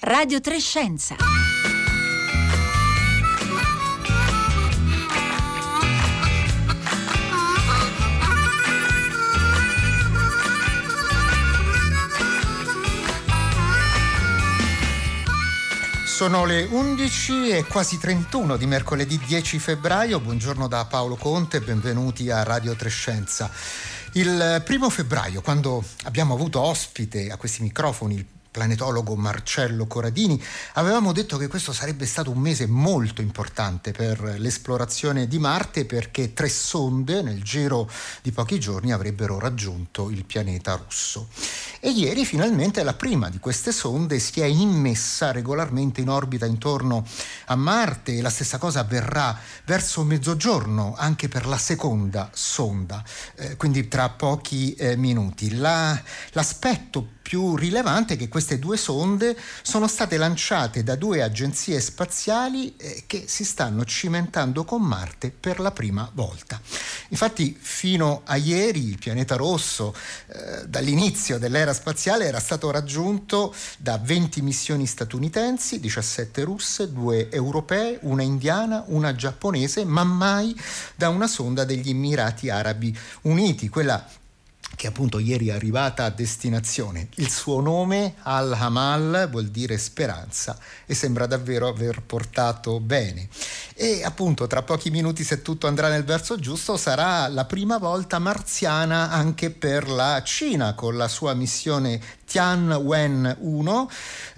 Radio 3 Scienza. Sono le 11 e quasi 31 di mercoledì 10 febbraio. Buongiorno da Paolo Conte, benvenuti a Radio 3 Scienza. Il 1 febbraio, quando abbiamo avuto ospite a questi microfoni il planetologo Marcello Corradini, avevamo detto che questo sarebbe stato un mese molto importante per l'esplorazione di Marte, perché 3 sonde nel giro di pochi giorni avrebbero raggiunto il pianeta rosso. E ieri finalmente la prima di queste sonde si è immessa regolarmente in orbita intorno a Marte, e la stessa cosa avverrà verso mezzogiorno anche per la seconda sonda, quindi tra pochi minuti. L'aspetto più rilevante è che queste 2 sonde sono state lanciate da 2 agenzie spaziali che si stanno cimentando con Marte per la prima volta. Infatti fino a ieri il pianeta rosso dall'inizio dell'era spaziale era stato raggiunto da 20 missioni statunitensi, 17 russe, 2 europee, una indiana, una giapponese, ma mai da una sonda degli Emirati Arabi Uniti, quella che appunto ieri è arrivata a destinazione. Il suo nome, Al-Amal, vuol dire speranza, e sembra davvero aver portato bene. E appunto tra pochi minuti, se tutto andrà nel verso giusto, sarà la prima volta marziana anche per la Cina, con la sua missione Tianwen-1,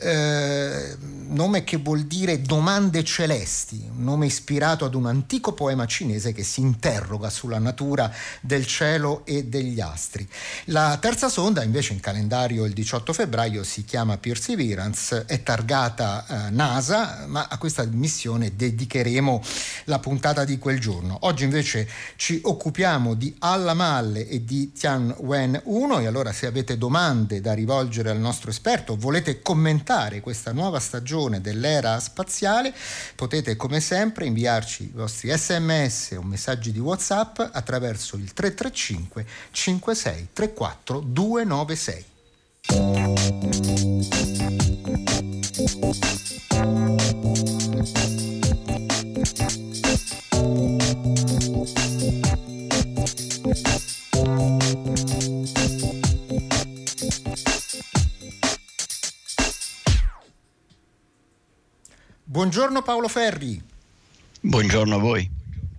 nome che vuol dire domande celesti, un nome ispirato ad un antico poema cinese che si interroga sulla natura del cielo e degli astri. La terza sonda invece in calendario il 18 febbraio si chiama Perseverance, è targata NASA, ma a questa missione dedicheremo la puntata di quel giorno. Oggi invece ci occupiamo di Al-Amal e di Tianwen-1, e allora se avete domande da rivolgere al nostro esperto, volete commentare questa nuova stagione dell'era spaziale, potete come sempre inviarci i vostri SMS o messaggi di WhatsApp attraverso il 335 56 34 296. Buongiorno Paolo Ferri. Buongiorno a voi.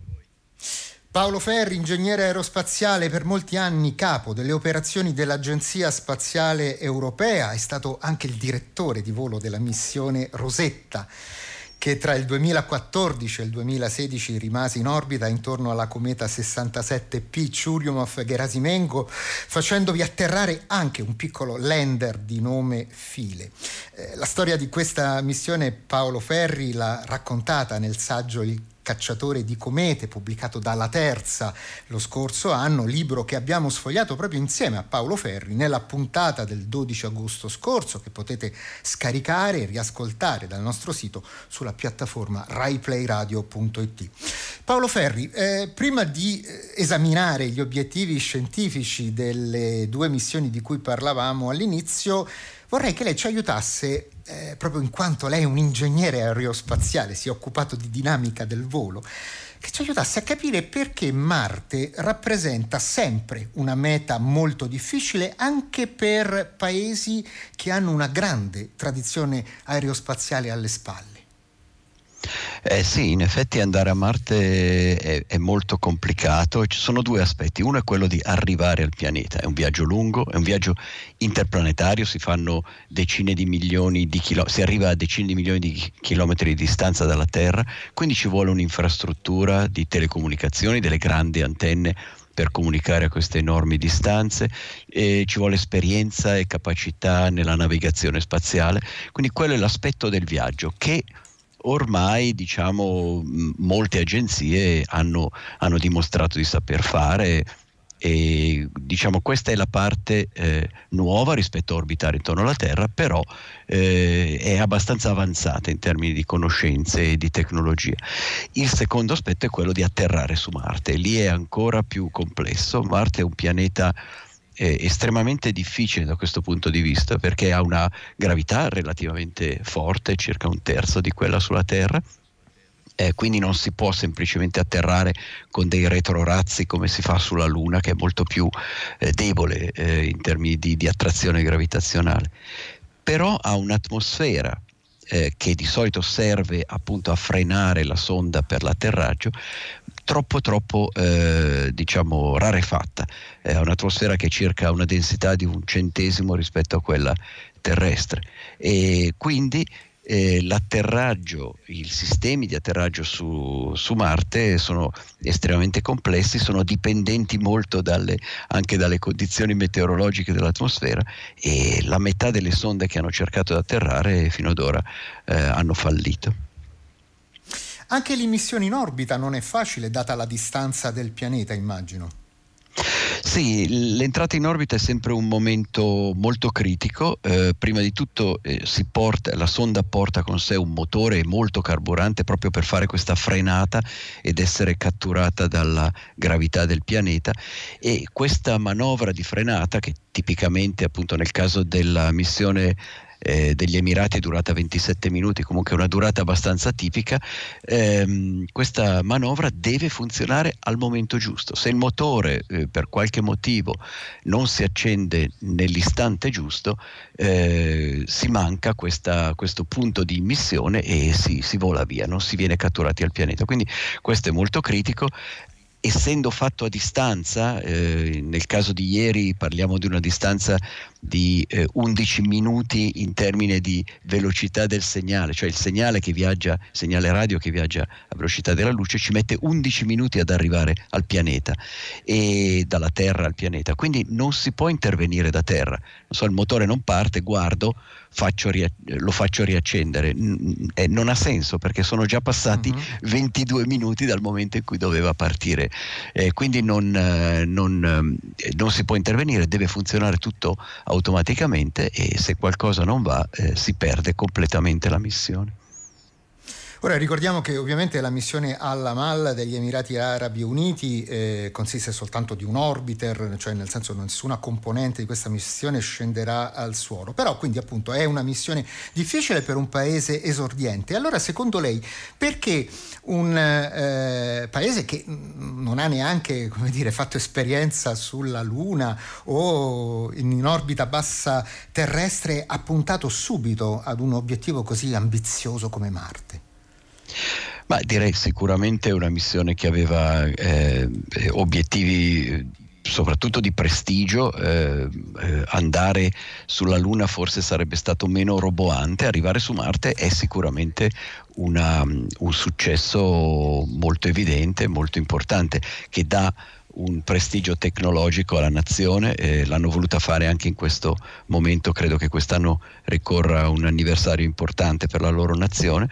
Paolo Ferri, ingegnere aerospaziale, per molti anni capo delle operazioni dell'Agenzia Spaziale Europea, è stato anche il direttore di volo della missione Rosetta, che tra il 2014 e il 2016 rimase in orbita intorno alla cometa 67P Churyumov-Gerasimenko, facendovi atterrare anche un piccolo lander di nome Philae. La storia di questa missione Paolo Ferri l'ha raccontata nel saggio Il cacciatore di comete, pubblicato dalla Terza lo scorso anno, libro che abbiamo sfogliato proprio insieme a Paolo Ferri nella puntata del 12 agosto scorso, che potete scaricare e riascoltare dal nostro sito sulla piattaforma raiplayradio.it. Paolo Ferri, prima di esaminare gli obiettivi scientifici delle 2 missioni di cui parlavamo all'inizio, vorrei che lei ci aiutasse, proprio in quanto lei è un ingegnere aerospaziale, si è occupato di dinamica del volo, che ci aiutasse a capire perché Marte rappresenta sempre una meta molto difficile anche per paesi che hanno una grande tradizione aerospaziale alle spalle. Sì, in effetti andare a Marte è molto complicato. Ci sono 2 aspetti. Uno è quello di arrivare al pianeta, è un viaggio lungo, è un viaggio interplanetario, si fanno decine di milioni di chilometri, si arriva a decine di milioni di chilometri di distanza dalla Terra, quindi ci vuole un'infrastruttura di telecomunicazioni, delle grandi antenne per comunicare a queste enormi distanze, e ci vuole esperienza e capacità nella navigazione spaziale. Quindi quello è l'aspetto del viaggio che ormai, diciamo, molte agenzie hanno dimostrato di saper fare, e diciamo questa è la parte nuova rispetto a orbitare intorno alla Terra, però è abbastanza avanzata in termini di conoscenze e di tecnologia. Il secondo aspetto è quello di atterrare su Marte. Lì è ancora più complesso. Marte è un pianeta estremamente difficile da questo punto di vista, perché ha una gravità relativamente forte, circa un terzo di quella sulla Terra. Quindi non si può semplicemente atterrare con dei retrorazzi come si fa sulla Luna, che è molto più debole in termini di attrazione gravitazionale. Però ha un'atmosfera che di solito serve appunto a frenare la sonda per l'atterraggio, troppo diciamo rarefatta. Ha un'atmosfera che è circa una densità di 1/100 rispetto a quella terrestre, e quindi l'atterraggio, i sistemi di atterraggio su Marte sono estremamente complessi, sono dipendenti molto anche dalle condizioni meteorologiche dell'atmosfera, e la metà delle sonde che hanno cercato di atterrare fino ad ora hanno fallito. Anche l'immissione in orbita non è facile, data la distanza del pianeta, immagino. Sì, l'entrata in orbita è sempre un momento molto critico. Prima di tutto la sonda porta con sé un motore e molto carburante proprio per fare questa frenata ed essere catturata dalla gravità del pianeta, e questa manovra di frenata, che tipicamente appunto nel caso della missione degli Emirati è durata 27 minuti, comunque una durata abbastanza tipica, questa manovra deve funzionare al momento giusto. Se il motore per qualche motivo non si accende nell'istante giusto, si manca questo punto di immissione e si vola via, non si viene catturati al pianeta. Quindi questo è molto critico. Essendo fatto a distanza, nel caso di ieri parliamo di una distanza di 11 minuti in termini di velocità del segnale, cioè il segnale radio che viaggia a velocità della luce ci mette 11 minuti ad arrivare al pianeta, e dalla Terra al pianeta, quindi non si può intervenire da terra. Non so, il motore non parte, guardo, lo faccio riaccendere, non ha senso, perché sono già passati 22 minuti dal momento in cui doveva partire, quindi non si può intervenire, deve funzionare tutto automaticamente, e se qualcosa non va si perde completamente la missione. Ora ricordiamo che ovviamente la missione Al-Amal degli Emirati Arabi Uniti consiste soltanto di un orbiter, cioè nel senso nessuna componente di questa missione scenderà al suolo, però quindi appunto è una missione difficile per un paese esordiente. Allora secondo lei perché un paese che non ha neanche, come dire, fatto esperienza sulla Luna o in orbita bassa terrestre ha puntato subito ad un obiettivo così ambizioso come Marte? Ma direi sicuramente una missione che aveva obiettivi soprattutto di prestigio. Andare sulla Luna forse sarebbe stato meno roboante, arrivare su Marte è sicuramente un successo molto evidente, molto importante, che dà un prestigio tecnologico alla nazione. L'hanno voluta fare anche in questo momento, credo che quest'anno ricorra un anniversario importante per la loro nazione,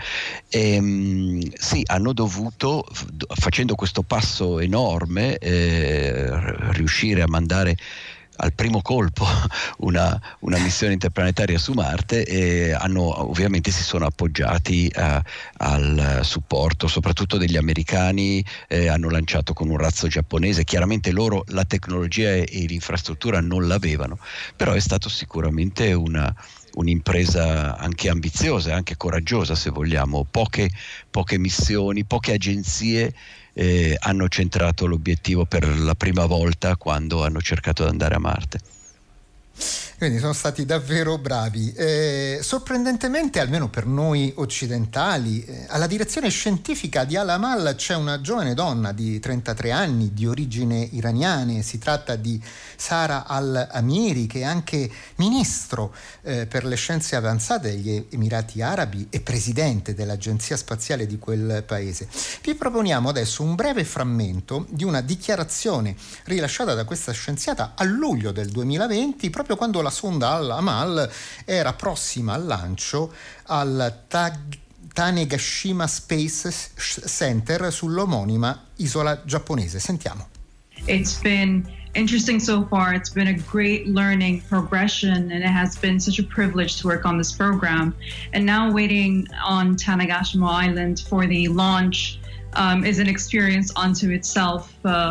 e sì, hanno dovuto, facendo questo passo enorme, riuscire a mandare al primo colpo una missione interplanetaria su Marte, e ovviamente si sono appoggiati al supporto soprattutto degli americani. Hanno lanciato con un razzo giapponese, chiaramente loro la tecnologia e l'infrastruttura non l'avevano, però è stato sicuramente un'impresa anche ambiziosa, anche coraggiosa se vogliamo. Poche missioni, poche agenzie hanno centrato l'obiettivo per la prima volta quando hanno cercato di andare a Marte. Quindi sono stati davvero bravi. Sorprendentemente, almeno per noi occidentali, alla direzione scientifica di Al-Amal c'è una giovane donna di 33 anni di origine iraniane. Si tratta di Sara Al-Amiri, che è anche ministro per le scienze avanzate degli Emirati Arabi e presidente dell'Agenzia Spaziale di quel paese. Vi proponiamo adesso un breve frammento di una dichiarazione rilasciata da questa scienziata a luglio del 2020, proprio quando la sonda Al-Amal era prossima al lancio al Tanegashima Space Center sull'omonima isola giapponese. Sentiamo. It's been interesting so far. It's been a great learning progression, and it has been such a privilege to work on this program. And now waiting on Tanegashima Island for the launch is an experience unto itself.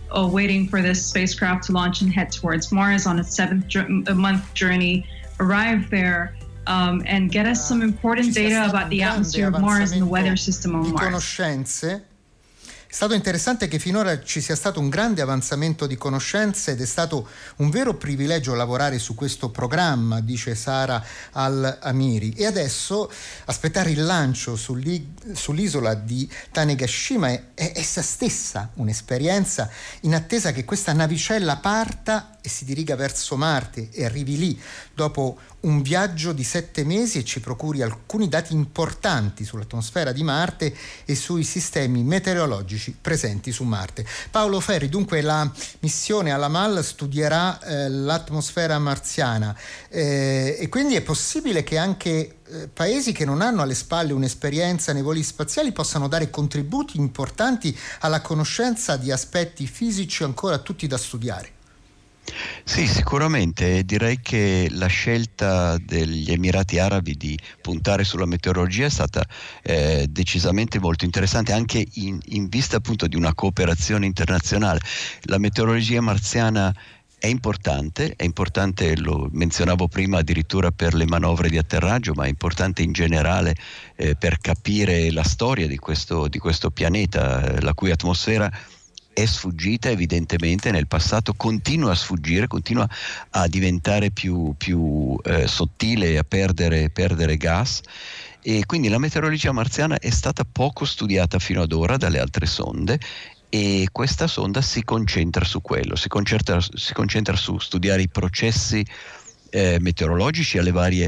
waiting for this spacecraft to launch and head towards Mars on a 7-month journey, arrive there and get us some important data about the atmosphere of Mars and the weather system on Mars. Conoscenze. È stato interessante che finora ci sia stato un grande avanzamento di conoscenze ed è stato un vero privilegio lavorare su questo programma, dice Sara Al-Amiri. E adesso aspettare il lancio sull'isola di Tanegashima è essa stessa un'esperienza, in attesa che questa navicella parta e si diriga verso Marte e arrivi lì dopo un viaggio di 7 mesi e ci procuri alcuni dati importanti sull'atmosfera di Marte e sui sistemi meteorologici presenti su Marte. Paolo Ferri, dunque la missione Al-Amal studierà l'atmosfera marziana e quindi è possibile che anche paesi che non hanno alle spalle un'esperienza nei voli spaziali possano dare contributi importanti alla conoscenza di aspetti fisici ancora tutti da studiare. Sì, sicuramente. Direi che la scelta degli Emirati Arabi di puntare sulla meteorologia è stata decisamente molto interessante, anche in vista appunto di una cooperazione internazionale. La meteorologia marziana è importante, lo menzionavo prima addirittura per le manovre di atterraggio, ma è importante in generale per capire la storia di questo pianeta, la cui atmosfera è sfuggita evidentemente nel passato, continua a sfuggire, continua a diventare più sottile e a perdere gas, e quindi la meteorologia marziana è stata poco studiata fino ad ora dalle altre sonde, e questa sonda si concentra su quello, si concentra su studiare i processi meteorologici alle varie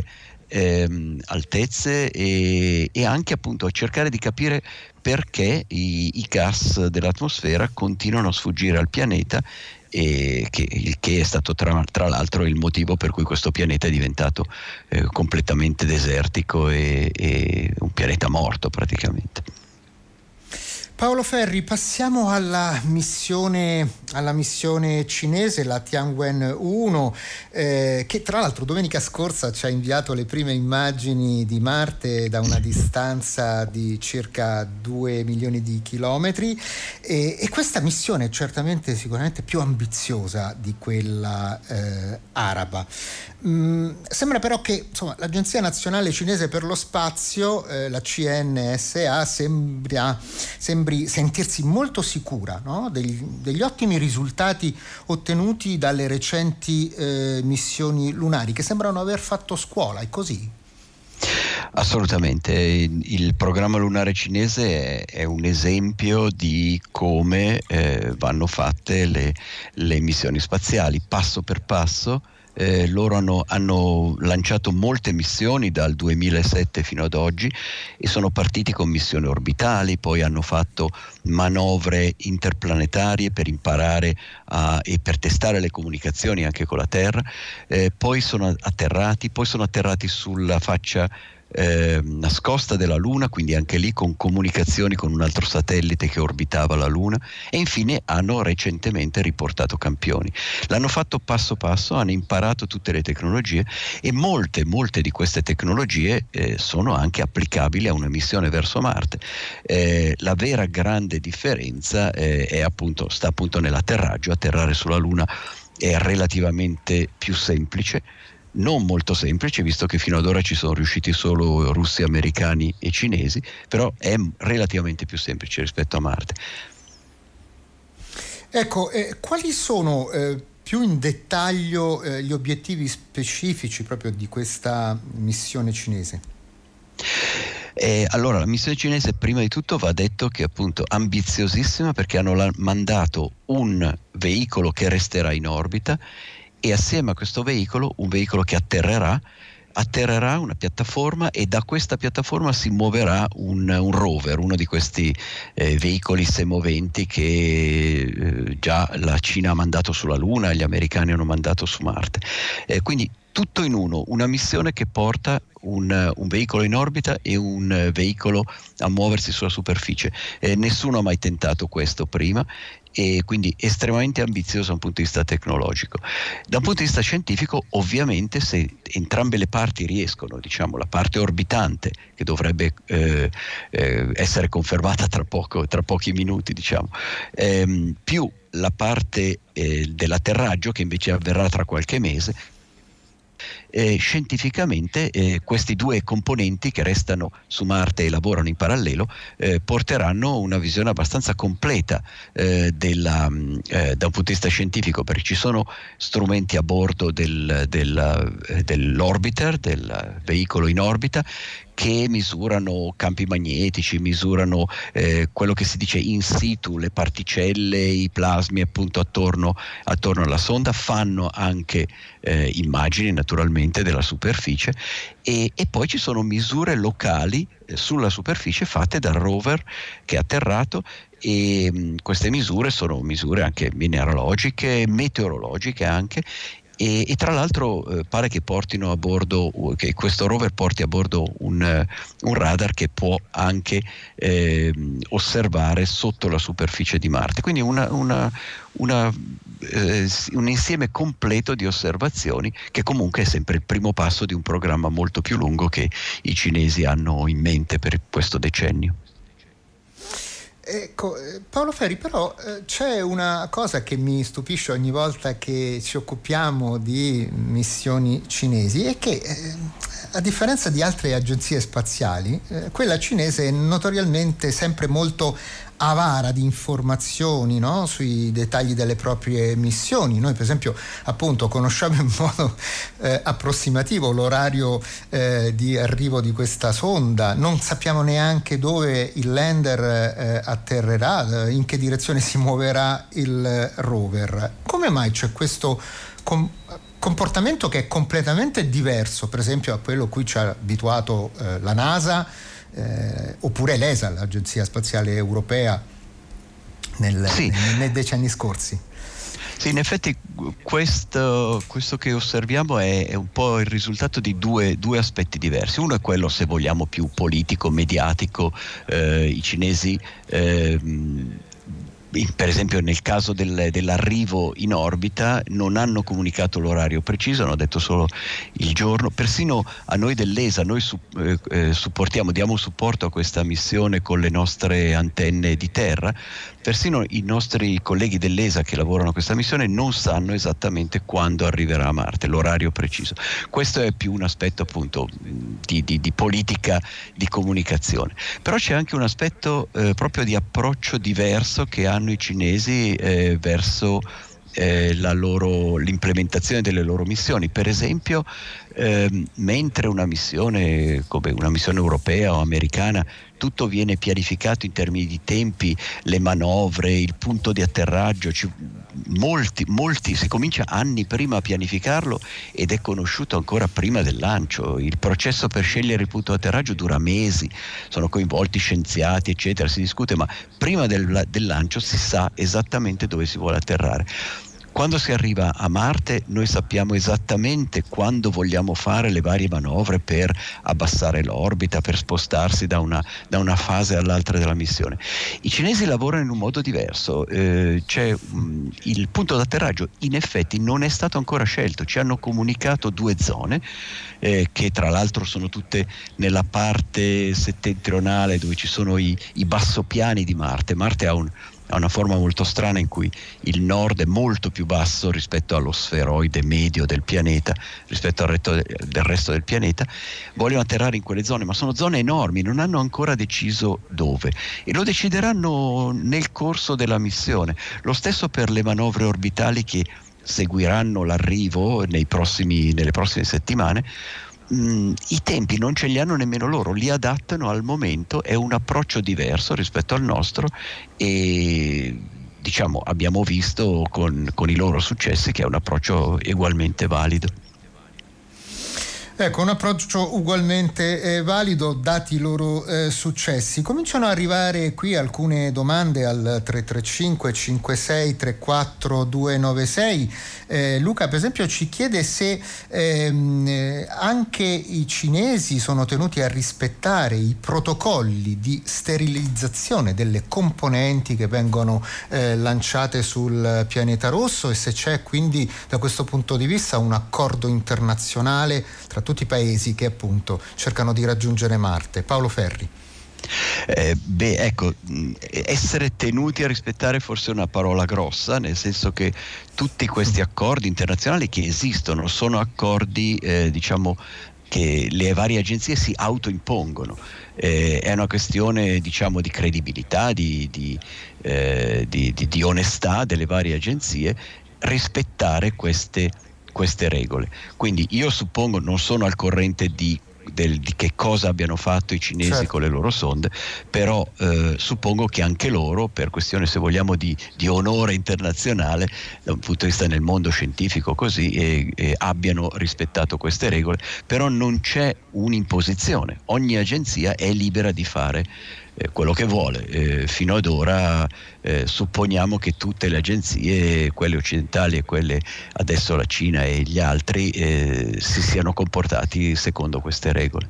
altezze e anche appunto a cercare di capire perché i gas dell'atmosfera continuano a sfuggire al pianeta, e che è stato tra l'altro il motivo per cui questo pianeta è diventato completamente desertico e un pianeta morto praticamente. Paolo Ferri, passiamo alla missione cinese, la Tianwen-1, che tra l'altro domenica scorsa ci ha inviato le prime immagini di Marte da una distanza di circa 2 milioni di chilometri, e questa missione è sicuramente più ambiziosa di quella araba. Sembra però che l'Agenzia Nazionale Cinese per lo Spazio, la CNSA, sembri sentirsi molto sicura, no? degli ottimi risultati ottenuti dalle recenti missioni lunari, che sembrano aver fatto scuola. È così? Assolutamente, il programma lunare cinese è un esempio di come vanno fatte le missioni spaziali, passo per passo. Loro hanno lanciato molte missioni dal 2007 fino ad oggi e sono partiti con missioni orbitali, poi hanno fatto manovre interplanetarie per imparare e per testare le comunicazioni anche con la Terra, poi sono atterrati sulla faccia nascosta della Luna, quindi anche lì con comunicazioni con un altro satellite che orbitava la Luna, e infine hanno recentemente riportato campioni. L'hanno fatto passo passo, hanno imparato tutte le tecnologie, e molte di queste tecnologie sono anche applicabili a una missione verso Marte. La vera grande differenza sta appunto nell'atterraggio. Atterrare sulla Luna è relativamente più semplice, non molto semplice, visto che fino ad ora ci sono riusciti solo russi, americani e cinesi, però è relativamente più semplice rispetto a Marte. Ecco, quali sono più in dettaglio gli obiettivi specifici proprio di questa missione cinese? Allora, la missione cinese, prima di tutto va detto che è appunto ambiziosissima, perché hanno mandato un veicolo che resterà in orbita, e assieme a questo veicolo, un veicolo che atterrerà una piattaforma, e da questa piattaforma si muoverà un rover, uno di questi veicoli semoventi che già la Cina ha mandato sulla Luna e gli americani hanno mandato su Marte. Quindi tutto in uno, una missione che porta un veicolo in orbita e un veicolo a muoversi sulla superficie. Nessuno ha mai tentato questo prima, e quindi estremamente ambizioso da un punto di vista tecnologico. Da un punto di vista scientifico, ovviamente, se entrambe le parti riescono, diciamo la parte orbitante, che dovrebbe essere confermata tra pochi minuti, diciamo, più la parte dell'atterraggio, che invece avverrà tra qualche mese. Scientificamente questi due componenti che restano su Marte e lavorano in parallelo porteranno una visione abbastanza completa da un punto di vista scientifico, perché ci sono strumenti a bordo dell'orbiter, del veicolo in orbita, che misurano campi magnetici, misurano quello che si dice in situ, le particelle, i plasmi appunto attorno alla sonda, fanno anche immagini naturalmente della superficie e poi ci sono misure locali sulla superficie fatte dal rover che è atterrato, e queste misure sono misure anche mineralogiche, meteorologiche anche. E tra l'altro pare che portino a bordo, che questo rover porti a bordo un radar che può anche osservare sotto la superficie di Marte. Quindi un insieme completo di osservazioni, che comunque è sempre il primo passo di un programma molto più lungo che i cinesi hanno in mente per questo decennio. Ecco, Paolo Ferri, però c'è una cosa che mi stupisce ogni volta che ci occupiamo di missioni cinesi, è che a differenza di altre agenzie spaziali, quella cinese è notoriamente sempre molto avara di informazioni, no? Sui dettagli delle proprie missioni. Noi per esempio appunto conosciamo in modo approssimativo l'orario di arrivo di questa sonda, non sappiamo neanche dove il lander atterrerà, in che direzione si muoverà il rover. Come mai c'è questo comportamento che è completamente diverso, per esempio, a quello a cui ci ha abituato la NASA, oppure l'ESA, l'Agenzia Spaziale Europea, nei decenni scorsi? Sì, in effetti questo che osserviamo è un po' il risultato di due aspetti diversi. Uno è quello, se vogliamo, più politico, mediatico. I cinesi per esempio nel caso dell'arrivo in orbita non hanno comunicato l'orario preciso, hanno detto solo il giorno. Persino a noi dell'ESA, noi diamo supporto a questa missione con le nostre antenne di terra. Persino i nostri colleghi dell'ESA che lavorano a questa missione non sanno esattamente quando arriverà a Marte, l'orario preciso. Questo è più un aspetto appunto di politica di comunicazione. Però c'è anche un aspetto proprio di approccio diverso che hanno i cinesi verso l'implementazione delle loro missioni. Per esempio, mentre una missione come una missione europea o americana tutto viene pianificato in termini di tempi, le manovre, il punto di atterraggio, molti si comincia anni prima a pianificarlo ed è conosciuto ancora prima del lancio. Il processo per scegliere il punto di atterraggio dura mesi, sono coinvolti scienziati eccetera, si discute, ma prima del lancio si sa esattamente dove si vuole atterrare. Quando si arriva a Marte noi sappiamo esattamente quando vogliamo fare le varie manovre per abbassare l'orbita, per spostarsi da una fase all'altra della missione. I cinesi lavorano in un modo diverso, il punto d'atterraggio in effetti non è stato ancora scelto, ci hanno comunicato due zone che tra l'altro sono tutte nella parte settentrionale dove ci sono i bassopiani di Marte. Marte ha una forma molto strana in cui il nord è molto più basso rispetto allo sferoide medio del pianeta, rispetto al del resto del pianeta. Vogliono atterrare in quelle zone, ma sono zone enormi, non hanno ancora deciso dove e lo decideranno nel corso della missione. Lo stesso per le manovre orbitali che seguiranno l'arrivo nelle prossime settimane. I tempi non ce li hanno nemmeno loro, li adattano al momento, è un approccio diverso rispetto al nostro e diciamo abbiamo visto con i loro successi che è un approccio ugualmente valido. Ecco, un approccio ugualmente valido dati i loro successi. Cominciano ad arrivare qui alcune domande al 335 56 34 296. Luca per esempio ci chiede se anche i cinesi sono tenuti a rispettare i protocolli di sterilizzazione delle componenti che vengono lanciate sul pianeta rosso e se c'è quindi da questo punto di vista un accordo internazionale tra tutti i paesi che appunto cercano di raggiungere Marte. Paolo Ferri. Ecco, essere tenuti a rispettare forse è una parola grossa, nel senso che tutti questi accordi internazionali che esistono sono accordi, diciamo, che le varie agenzie si autoimpongono. È una questione, diciamo, di credibilità, di onestà delle varie agenzie rispettare queste regole. Quindi io suppongo, non sono al corrente di che cosa abbiano fatto i cinesi, certo, con le loro sonde, però suppongo che anche loro, per questione, se vogliamo, di onore internazionale, da un punto di vista nel mondo scientifico così, abbiano rispettato queste regole. Però non c'è un'imposizione, ogni agenzia è libera di fare quello che vuole. Fino ad ora supponiamo che tutte le agenzie, quelle occidentali e quelle, adesso la Cina e gli altri, si siano comportati secondo queste regole.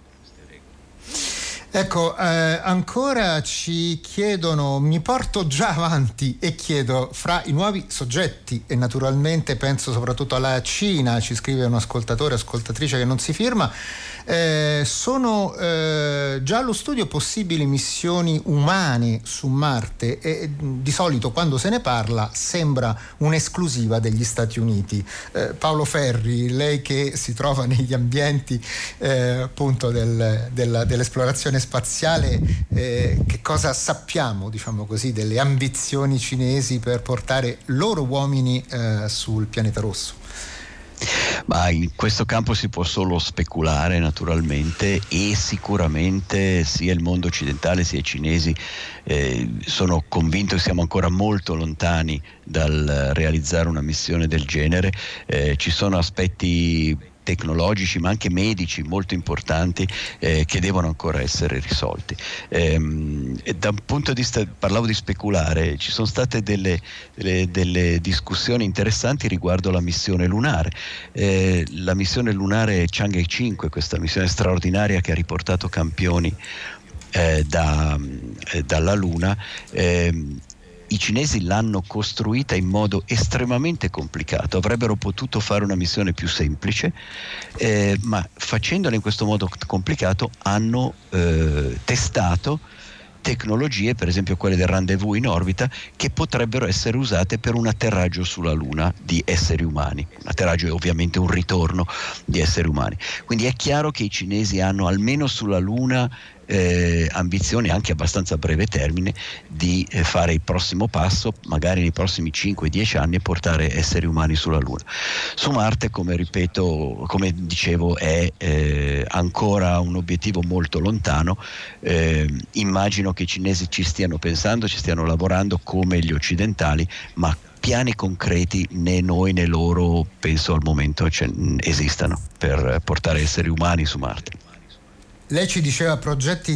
Ecco, ancora ci chiedono, mi porto già avanti e chiedo, fra i nuovi soggetti, e naturalmente penso soprattutto alla Cina, ci scrive un ascoltatore, ascoltatrice che non si firma, sono già allo studio possibili missioni umane su Marte, e di solito quando se ne parla sembra un'esclusiva degli Stati Uniti. Paolo Ferri, lei che si trova negli ambienti appunto dell'esplorazione spaziale, che cosa sappiamo, diciamo così, delle ambizioni cinesi per portare loro uomini sul pianeta rosso? Ma in questo campo si può solo speculare, naturalmente, e sicuramente sia il mondo occidentale sia i cinesi sono convinto che siamo ancora molto lontani dal realizzare una missione del genere. Ci sono aspetti tecnologici ma anche medici molto importanti che devono ancora essere risolti. E da un punto di vista, parlavo di speculare, ci sono state delle discussioni interessanti riguardo la missione lunare. La missione lunare Chang'e 5, questa missione straordinaria che ha riportato campioni dalla Luna, i cinesi l'hanno costruita in modo estremamente complicato. Avrebbero potuto fare una missione più semplice, ma facendola in questo modo complicato hanno testato tecnologie, per esempio quelle del rendezvous in orbita, che potrebbero essere usate per un atterraggio sulla Luna di esseri umani. Un atterraggio è ovviamente un ritorno di esseri umani. Quindi è chiaro che i cinesi hanno almeno sulla Luna ambizioni anche abbastanza a breve termine di fare il prossimo passo, magari nei prossimi 5-10 anni, e portare esseri umani sulla Luna. Su Marte, come dicevo, è ancora un obiettivo molto lontano. Immagino che i cinesi ci stiano pensando, ci stiano lavorando come gli occidentali, ma piani concreti né noi né loro penso al momento esistano per portare esseri umani su Marte. Lei ci diceva progetti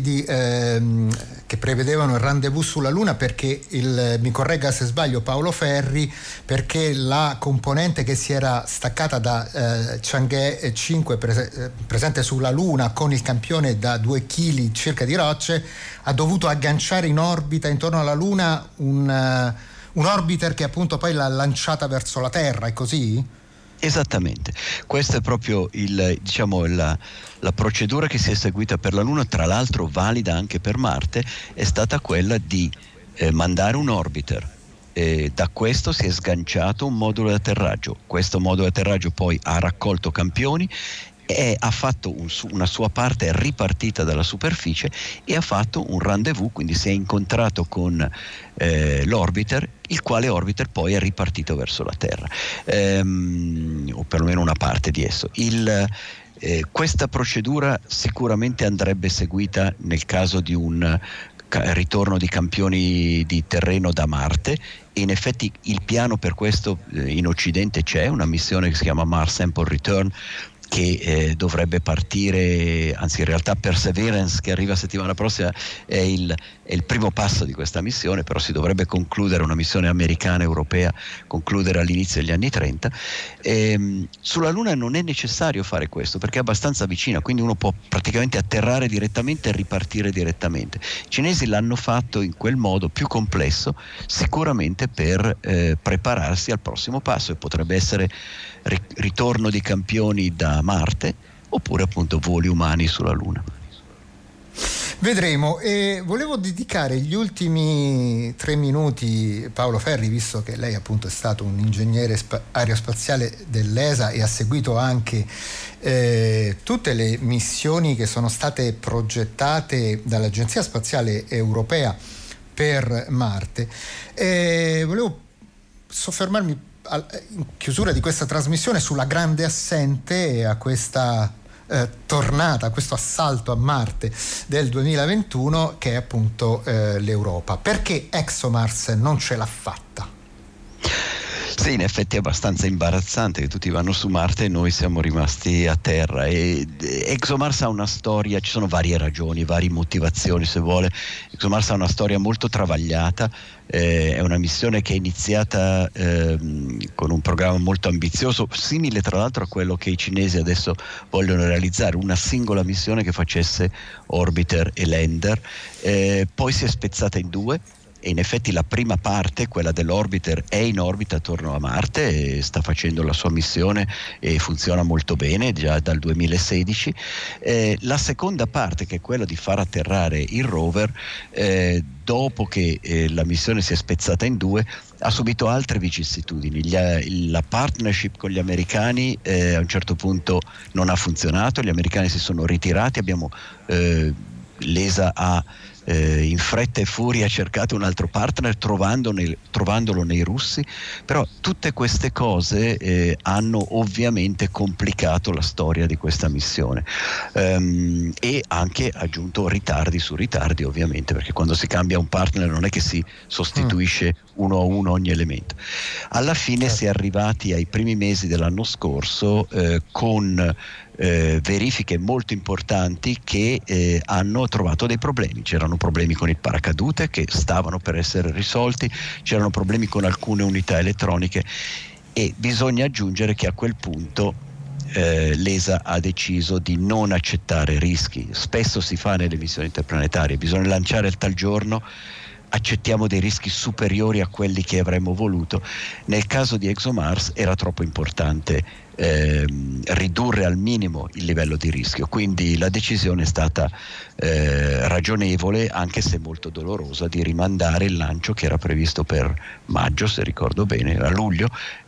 che prevedevano il rendezvous sulla Luna, perché mi corregga se sbaglio Paolo Ferri, perché la componente che si era staccata da Chang'e 5 presente sulla Luna con il campione da 2 kg circa di rocce ha dovuto agganciare in orbita intorno alla Luna un orbiter che appunto poi l'ha lanciata verso la Terra, è così? Esattamente, questa è proprio la procedura che si è seguita per la Luna, tra l'altro valida anche per Marte, è stata quella di mandare un orbiter. Da questo si è sganciato un modulo di atterraggio. Questo modulo di atterraggio poi ha raccolto campioni e ha fatto una sua parte, è ripartita dalla superficie e ha fatto un rendezvous, quindi si è incontrato con l'orbiter, il quale orbiter poi è ripartito verso la Terra, o perlomeno una parte di esso. Questa procedura sicuramente andrebbe seguita nel caso di un ritorno di campioni di terreno da Marte, e in effetti il piano per questo in Occidente c'è una missione che si chiama Mars Sample Return, che dovrebbe partire, anzi in realtà Perseverance, che arriva settimana prossima, è il primo passo di questa missione, però si dovrebbe concludere, una missione americana europea, concludere all'inizio degli anni 30. Sulla Luna non è necessario fare questo perché è abbastanza vicina, quindi uno può praticamente atterrare direttamente e ripartire direttamente. I cinesi l'hanno fatto in quel modo più complesso, sicuramente per prepararsi al prossimo passo, e potrebbe essere ritorno di campioni da Marte oppure appunto voli umani sulla Luna. Vedremo. E volevo dedicare gli ultimi 3 minuti, Paolo Ferri, visto che lei appunto è stato un ingegnere aerospaziale dell'ESA e ha seguito anche tutte le missioni che sono state progettate dall'Agenzia Spaziale Europea per Marte. Volevo soffermarmi in chiusura di questa trasmissione sulla grande assente e a questa tornata, questo assalto a Marte del 2021, che è appunto l'Europa. Perché ExoMars non ce l'ha fatta? Sì, in effetti è abbastanza imbarazzante che tutti vanno su Marte e noi siamo rimasti a terra. E ExoMars ha una storia, ci sono varie ragioni, varie motivazioni se vuole. ExoMars ha una storia molto travagliata, è una missione che è iniziata con un programma molto ambizioso, simile tra l'altro a quello che i cinesi adesso vogliono realizzare, una singola missione che facesse orbiter e lander, poi si è spezzata in 2. E in effetti la prima parte, quella dell'orbiter, è in orbita attorno a Marte e sta facendo la sua missione e funziona molto bene già dal 2016. La seconda parte, che è quella di far atterrare il rover, dopo che la missione si è spezzata in 2, ha subito altre vicissitudini. La partnership con gli americani a un certo punto non ha funzionato, gli americani si sono ritirati, l'ESA ha in fretta e furia cercato un altro partner trovandolo nei russi, però tutte queste cose hanno ovviamente complicato la storia di questa missione e anche aggiunto ritardi su ritardi, ovviamente, perché quando si cambia un partner non è che si sostituisce uno a uno ogni elemento. Alla fine si è arrivati ai primi mesi dell'anno scorso con verifiche molto importanti che hanno trovato dei problemi. C'erano problemi con il paracadute che stavano per essere risolti, c'erano problemi con alcune unità elettroniche e bisogna aggiungere che a quel punto l'ESA ha deciso di non accettare rischi. Spesso si fa nelle missioni interplanetarie, bisogna lanciare il tal giorno, accettiamo dei rischi superiori a quelli che avremmo voluto. Nel caso di ExoMars era troppo importante ridurre al minimo il livello di rischio, quindi la decisione è stata ragionevole, anche se molto dolorosa, di rimandare il lancio che era previsto per maggio, se ricordo bene, a luglio,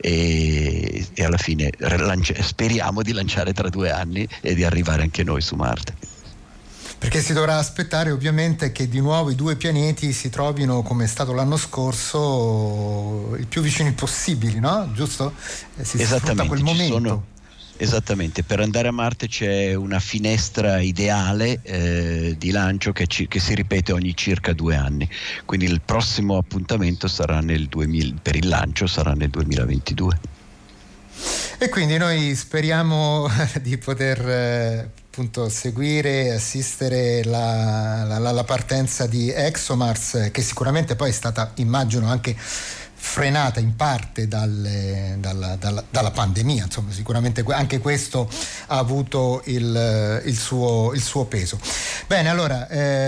e alla fine speriamo di lanciare tra 2 anni e di arrivare anche noi su Marte. Perché si dovrà aspettare ovviamente che di nuovo i 2 pianeti si trovino, come è stato l'anno scorso, il più vicini possibili, no? Giusto? Si sfrutta quel momento. Esattamente, per andare a Marte c'è una finestra ideale di lancio che si ripete ogni circa 2 anni, quindi il prossimo appuntamento sarà per il lancio sarà nel 2022. E quindi noi speriamo di poter appunto seguire, assistere la partenza di ExoMars, che sicuramente poi è stata, immagino, anche frenata in parte dalla pandemia. Insomma, sicuramente anche questo ha avuto il suo peso. Bene, allora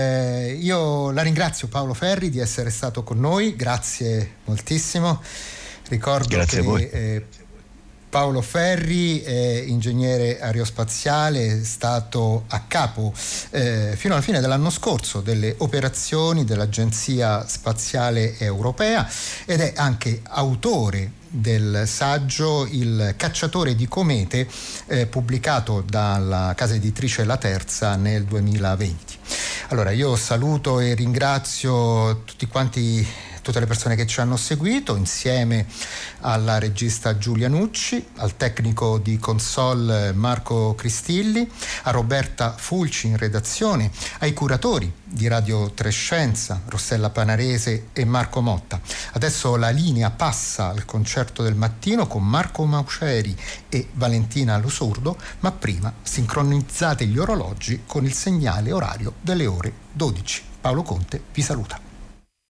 io la ringrazio, Paolo Ferri, di essere stato con noi, grazie moltissimo. Ricordo grazie che a voi. Paolo Ferri è ingegnere aerospaziale, è stato a capo fino alla fine dell'anno scorso delle operazioni dell'Agenzia Spaziale Europea ed è anche autore del saggio Il cacciatore di comete, pubblicato dalla casa editrice La Terza nel 2020. Allora io saluto e ringrazio tutte le persone che ci hanno seguito, insieme alla regista Giulia Nucci, al tecnico di console Marco Cristilli, a Roberta Fulci in redazione, ai curatori di Radio Trescenza, Rossella Panarese e Marco Motta. Adesso la linea passa al concerto del mattino con Marco Mauceri e Valentina Lusurdo, ma prima sincronizzate gli orologi con il segnale orario delle ore 12. Paolo Conte vi saluta.